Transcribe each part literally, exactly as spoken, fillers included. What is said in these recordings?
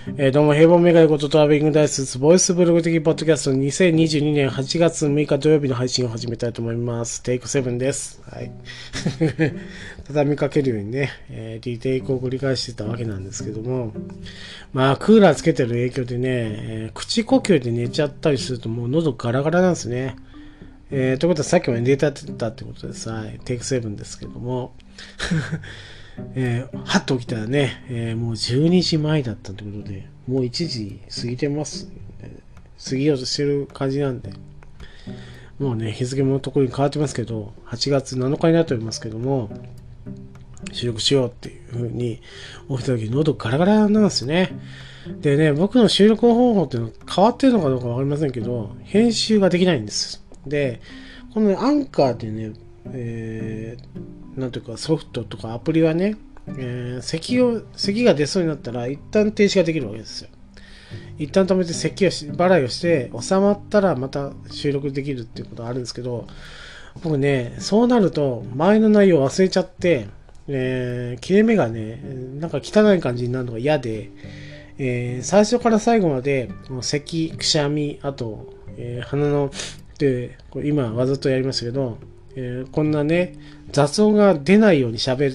えーどうも、平凡メガネことトラベリングダイスボイスブログ的ポッドキャストにせんにじゅうにねんはちがつむいか土曜日の配信を始めたいと思います。テイクセブンです。はい。畳みかけるようにね、えー、リテイクを繰り返してたわけなんですけども、まあ、クーラーつけてる影響でね、えー口呼吸で寝ちゃったりするともう喉ガラガラなんですね。えー、ということはさっきまで寝たってたってことでさ、テイクセブンですけども、えー、はっと起きたらね、えー、もうじゅうにじまえだったということで、もういちじ過ぎてます、ね。過ぎようとしてる感じなんで、もうね、日付もところに変わってますけど、はちがつなのかになっておりますけども、収録しようっていう風に起きた時、喉ガラガラなんですね。でね、僕の収録方法っていうのは変わってるのかどうかわかりませんけど、編集ができないんです。で、このね、アンカーってね、えー、なんていうかソフトとかアプリはね、えー、咳を、咳が出そうになったら一旦停止ができるわけですよ。一旦止めて咳をし、払いをして収まったらまた収録できるっていうことがあるんですけど、僕ね、そうなると前の内容を忘れちゃって、えー、切れ目がね、なんか汚い感じになるのが嫌で、えー、最初から最後まで、咳、くしゃみ、あと、えー、鼻の、で、これ今わざとやりましたけど、えー、こんなね、雑音が出ないように喋って、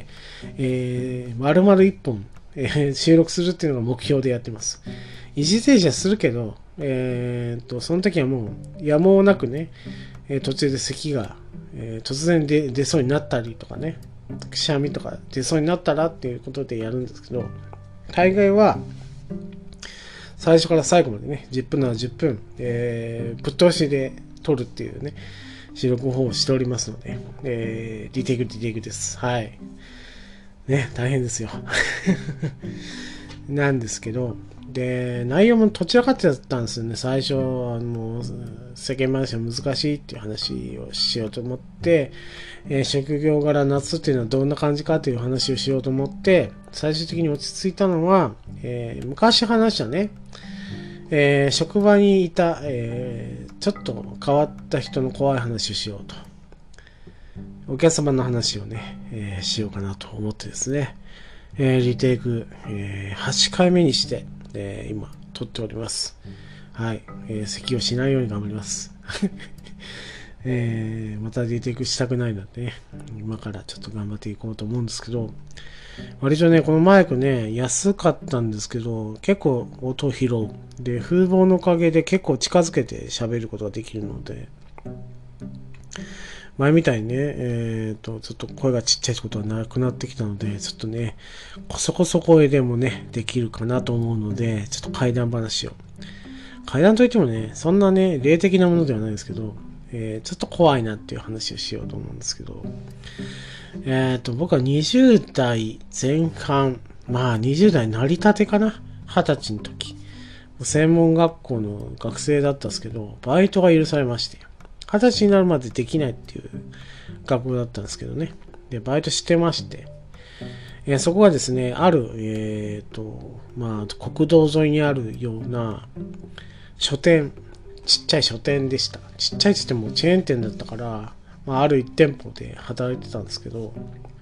えー、丸々一本、えー、収録するっていうのが目標でやってます。一時停止はするけど、えー、と、その時はもう、やむをなくね、えー、途中で咳が、えー、突然で出そうになったりとかね、くしゃみとか出そうになったらっていうことでやるんですけど、大概は、最初から最後までね、じゅっぷんならじゅっぷん、えー、ぶっ通しで撮るっていうね、収録方法をしておりますので、えー、リテイクリテイクです。はい。ね、大変ですよ。なんですけど、で、内容もどちらかってたんですよね。最初、あの、世間話は難しいっていう話をしようと思って、えー、職業柄夏っていうのはどんな感じかという話をしようと思って、最終的に落ち着いたのは、えー、昔話したね、えー、職場にいた、えー、ちょっと変わった人の怖い話をしようと。お客様の話をね、えー、しようかなと思ってですね、えー、リテイク、えー、はちかいめにして、えー、今、撮っております。はい。えー、咳をしないように頑張ります。えー、またリテイクしたくないのでね、今からちょっと頑張っていこうと思うんですけど、割とね、このマイクね、安かったんですけど、結構音拾う。で、風防のおかげで結構近づけて喋ることができるので、前みたいにね、えっと、ちょっと声がちっちゃいことはなくなってきたので、ちょっとね、こそこそ声でもね、できるかなと思うので、ちょっと怪談話を。怪談といってもね、そんなね、霊的なものではないですけど、えー、ちょっと怖いなっていう話をしようと思うんですけど、えっと、僕はにじゅう代前半、まあにじゅう代成り立てかな、はたちの時。専門学校の学生だったんですけど、バイトが許されまして、はたちになるまでできないっていう学校だったんですけどね。で、バイトしてまして、えー、そこがですね、ある、えっと、まあ、国道沿いにあるような書店、ちっちゃい書店でした。ちっちゃいって言ってもチェーン店だったから、まあ、ある一店舗で働いてたんですけど、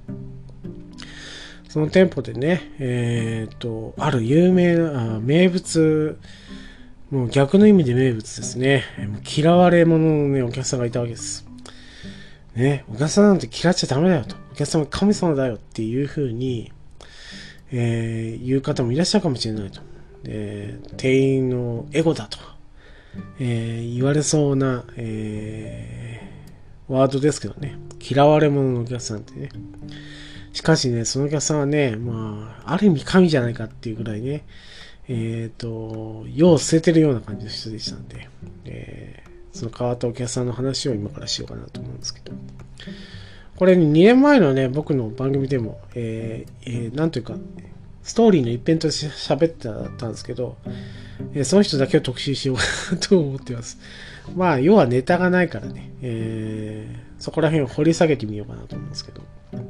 その店舗でね、えっと、ある有名な、名物、もう逆の意味で名物ですね。嫌われ者のね、お客さんがいたわけです。ね、お客さんなんて嫌っちゃダメだよと。お客さんは神様だよっていう風に、えー、言う方もいらっしゃるかもしれないと。で、店員のエゴだと、えー、言われそうな、えー、ワードですけどね。嫌われ者のお客さんってね。しかしね、そのお客さんはね、まあ、ある意味神じゃないかっていうぐらいね、えっ、ー、と、世を捨ててるような感じの人でしたんで、えー、その変わったお客さんの話を今からしようかなと思うんですけど、これにねんまえのね、僕の番組でも、えーえー、なんというか、ストーリーの一辺として喋ってたんですけど、えー、その人だけを特集しようかなと思ってます。まあ、要はネタがないからね、えー、そこら辺を掘り下げてみようかなと思うんですけど、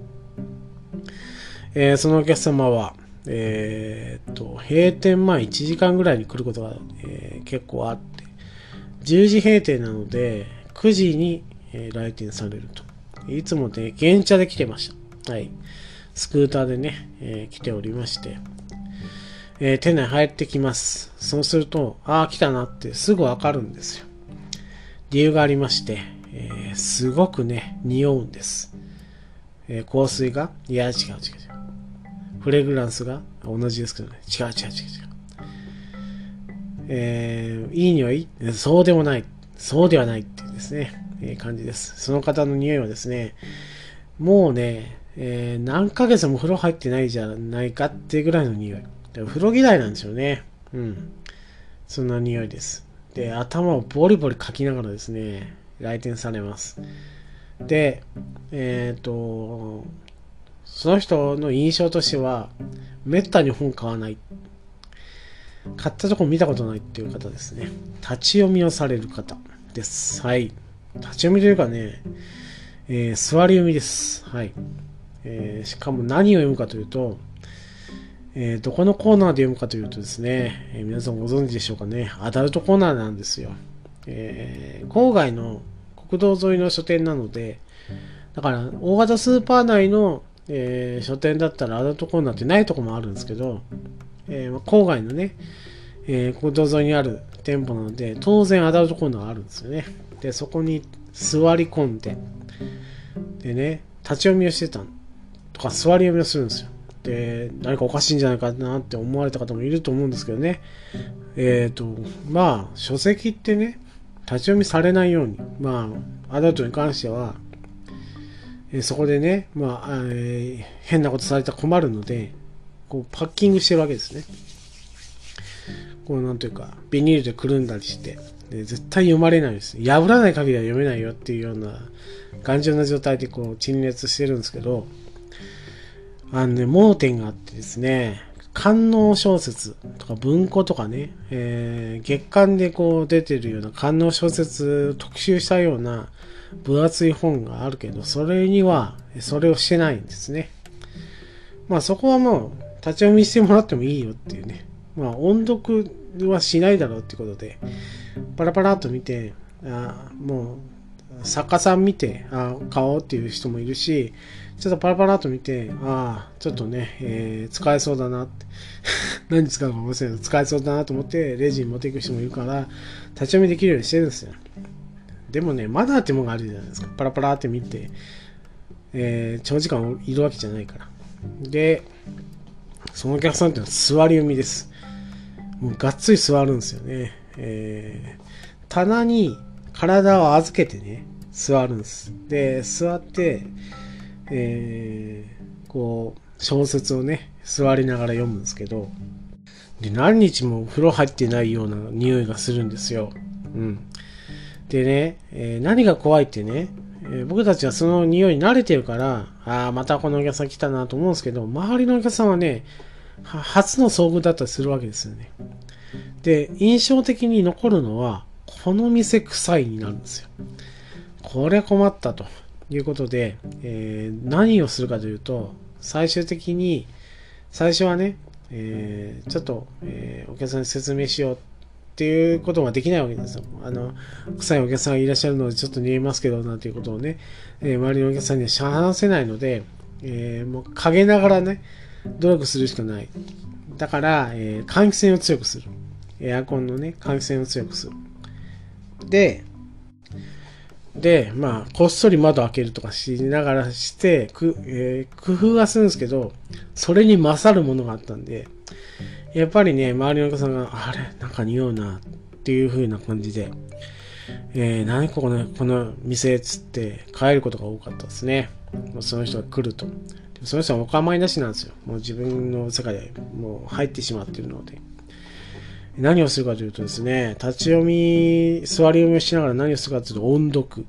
えー、そのお客様は、えー、っと、閉店前いちじかんぐらいに来ることが、えー、結構あって、じゅうじ閉店なので、くじに、えー、来店されると。いつもね、現茶で来てました。はい。スクーターでね、えー、来ておりまして、 えー店内入ってきます。そうすると、ああ、来たなってすぐわかるんですよ。理由がありまして、えーすごくね、匂うんです。えー香水がいや、違う違う違う。フレグランスが同じですけどね。違う違う違う違う。えーいい匂いそうでもない。そうではないっていうですね、えー感じです。その方の匂いはですね、もうね、えー何ヶ月も風呂入ってないじゃないかっていうぐらいの匂い。風呂嫌いなんですよね。うん。そんな匂いです。で、頭をボリボリかきながらですね、来店されます。で、えっ、と、その人の印象としては、めったに本買わない。買ったとこ見たことないっていう方ですね。立ち読みをされる方です。はい。立ち読みというかね、えー座り読みです。はい。えーしかも何を読むかというと、えーどこのコーナーで読むかというとですね、えー皆さんご存知でしょうかね、アダルトコーナーなんですよ。えー郊外の国道沿いの書店なので、だから大型スーパー内の、えー書店だったらアダルトコーナーってないとこもあるんですけど、えー郊外のね、えー国道沿いにある店舗なので、当然アダルトコーナーがあるんですよね。で、そこに座り込んで、でね、立ち読みをしてたとか座り読みをするんですよ。で、何かおかしいんじゃないかなって思われた方もいると思うんですけどね。えっ、と、まあ、書籍ってね、立ち読みされないように、まあ、アダルトに関しては、えーそこでね、まあ、えー変なことされたら困るので、こう、パッキングしてるわけですね。こう、なんというか、ビニールでくるんだりして、で絶対読まれないです。破らない限りは読めないよっていうような、頑丈な状態でこう、陳列してるんですけど、あのね、盲点があってですね、官能小説とか文庫とかね、えー月刊でこう出てるような官能小説特集したような分厚い本があるけど、それには、それをしてないんですね。まあそこはもう、立ち読みしてもらってもいいよっていうね。まあ音読はしないだろうってことで、パラパラっと見て、あもう、作家さん見て、あ買おうっていう人もいるし、ちょっとパラパラっと見て、ああ、ちょっとね、えー使えそうだなって。何使うかもしれないけど、使えそうだなと思って、レジに持っていく人もいるから、立ち読みできるようにしてるんですよ。でもね、マナーってものがあるじゃないですか。パラパラって見て、えー長時間いるわけじゃないから。で、そのお客さんってのは座り読みです。もうがっつり座るんですよね。えー棚に体を預けてね、座るんです。で、座って、えーこう、小説をね、座りながら読むんですけど、で、何日も風呂入ってないような匂いがするんですよ。うん。でね、えー何が怖いってね、えー僕たちはその匂いに慣れてるから、ああ、またこのお客さん来たなと思うんですけど、周りのお客さんはね、は初の遭遇だったりするわけですよね。で、印象的に残るのは、この店臭いになるんですよ。これ困ったということで、えー何をするかというと、最終的に、最初はね、えーちょっと、えーお客さんに説明しようっていうことができないわけですよ。あの、臭いお客さんがいらっしゃるのでちょっと見えますけど、なんていうことをね、えー周りのお客さんには話せないので、えーもう陰ながらね、努力するしかない。だから、えー換気扇を強くする。エアコンのね、換気扇を強くする。で、で、まあ、こっそり窓開けるとかしながらして、くえー工夫はするんですけど、それに勝るものがあったんで、やっぱりね、周りのお客さんが、あれ、なんか匂うな、っていう風な感じで、えー、何ここの、この店っつって帰ることが多かったですね。その人が来ると。その人はお構いなしなんですよ。もう自分の世界でもう入ってしまっているので。何をするかというとですね、立ち読み、座り読みをしながら何をするかというと音読。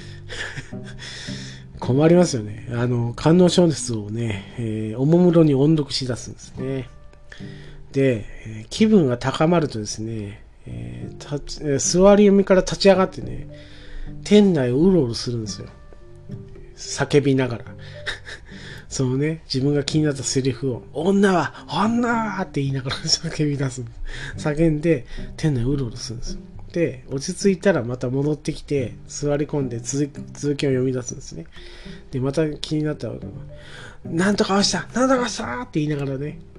困りますよね。あの、観音小説をね、えーおもむろに音読し出すんですね。で、えー気分が高まるとですね、えー立ちえー座り読みから立ち上がってね、店内をうろうろするんですよ。叫びながら。そのね、自分が気になったセリフを、女は女はって言いながら叫び出す。叫んで、店内をうろうろするんですよ。で、落ち着いたらまた戻ってきて、座り込んで続き続きを読み出すんですね。で、また気になったら、なんとかをしたなんとかしたって言いながらね、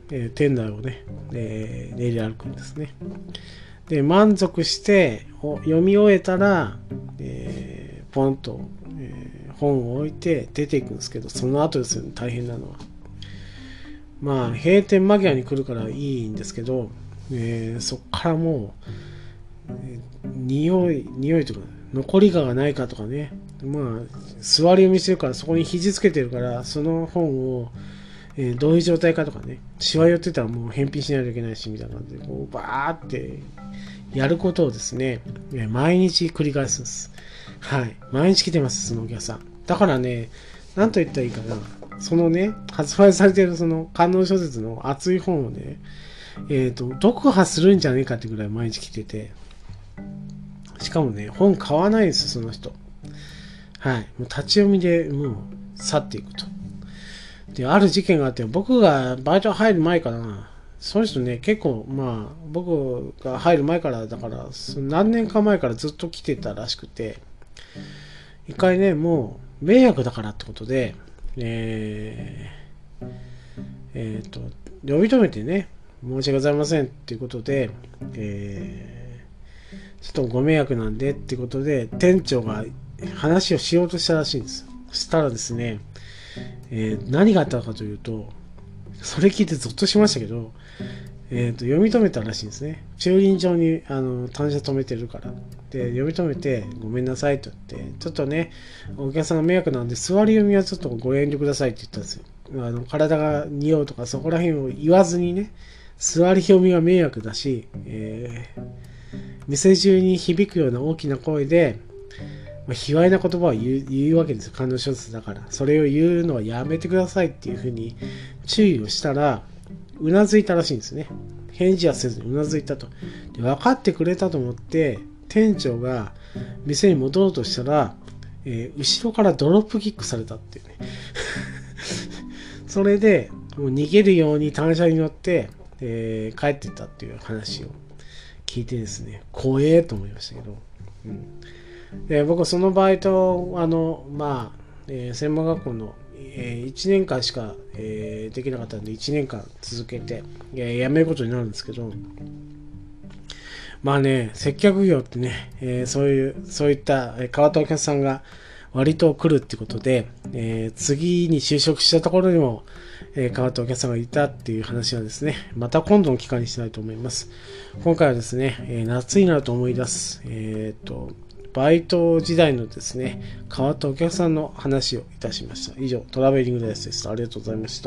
えー、店内をね、えー、練り歩くんですね。で、満足して読み終えたら、えー、ポンと、えー、本を置いて出ていくんですけど、その後ですよね、大変なのは。まあ、閉店間際に来るからいいんですけど、えー、そっからもう、えー、匂い、匂いとか、残りがないかとかね、まあ、座り読みしてるからそこに肘つけてるから、その本を、えー、どういう状態かとかね、しわ寄ってたらもう返品しないといけないし、みたいな感じで、こう、バーってやることをですね、えー、毎日繰り返すんです。はい。毎日来てます、そのお客さん。だからね、なんと言ったらいいかな。そのね、発売されているその観音小説の熱い本をね、えっと、読破するんじゃねえかってぐらい毎日来てて、しかもね、本買わないんですよ、その人。はい。もう立ち読みでもう去っていくと。で、ある事件があって、僕がバイト入る前かな、その人ね、結構、まあ、僕が入る前からだから、何年か前からずっと来てたらしくて、一回ね、もう迷惑だからってことで、えー、えー、と、呼び止めてね、申し訳ございませんっていうことで、えー、ちょっとご迷惑なんでっていうことで、店長が話をしようとしたらしいんです。そしたらですね、えー、何があったかというと、それ聞いてゾッとしましたけど、えー、と読み止めたらしいんですね。駐輪場にあの単車止めてるから。で、読み止めて、ごめんなさいと言って、ちょっとね、お客さんが迷惑なんで、座り読みはちょっとご遠慮くださいって言ったんですよ。あの体が匂うとかそこら辺を言わずにね、座り読みは迷惑だし、えー、店中に響くような大きな声で、まあ、卑猥な言葉を言う、言うわけですよ。観音小説だから。それを言うのはやめてくださいっていうふうに注意をしたら、うなずいたらしいんですね。返事はせずにうなずいたと。で、分かってくれたと思って、店長が店に戻ろうとしたら、えー、後ろからドロップキックされたっていうね。それで、もう逃げるように単車に乗って、えー、帰ってったっていう話を聞いてですね、怖えと思いましたけど。うん、で、僕はそのバイト、あの、まあ、えー、専門学校のえー、いちねんかんしか、えー、できなかったんでいちねんかん続けて、えー、辞めることになるんですけど、まあね、接客業ってね、えー、そういうそういった変わったお客さんが割と来るってことで、えー、次に就職したところにも、えー、変わったお客さんがいたっていう話はですね、また今度の機会にしたいと思います。今回はですね、えー、夏になると思い出す、えー、とバイト時代のですね、変わったお客さんの話をいたしました。以上、トラベリングダイスでした。ありがとうございました。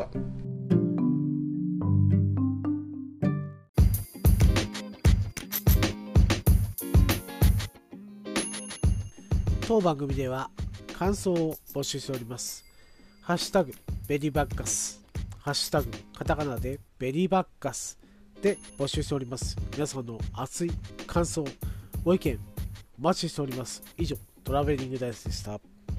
当番組では感想を募集しております。ハッシュタグベリーバッカス、ハッシュタグカタカナでベリーバッカスで募集しております。皆さんの熱い感想、ご意見お待ちしております。以上、トラベリングダイスでした。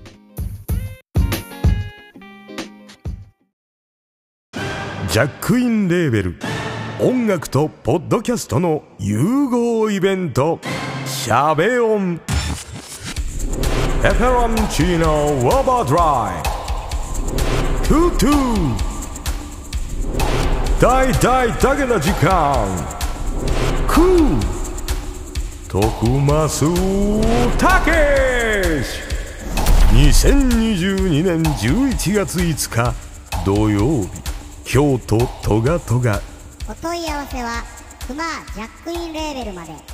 ジャックインレーベル音楽とポッドキャストの融合イベント、シャベオンエフェロンチーノウォーバードライトゥトゥ大大だけの時間クー徳増たけしにせんにじゅうにねんじゅういちがついつか土曜日、京都トガトガ。 お問い合わせはクマジャックインレーベルまで。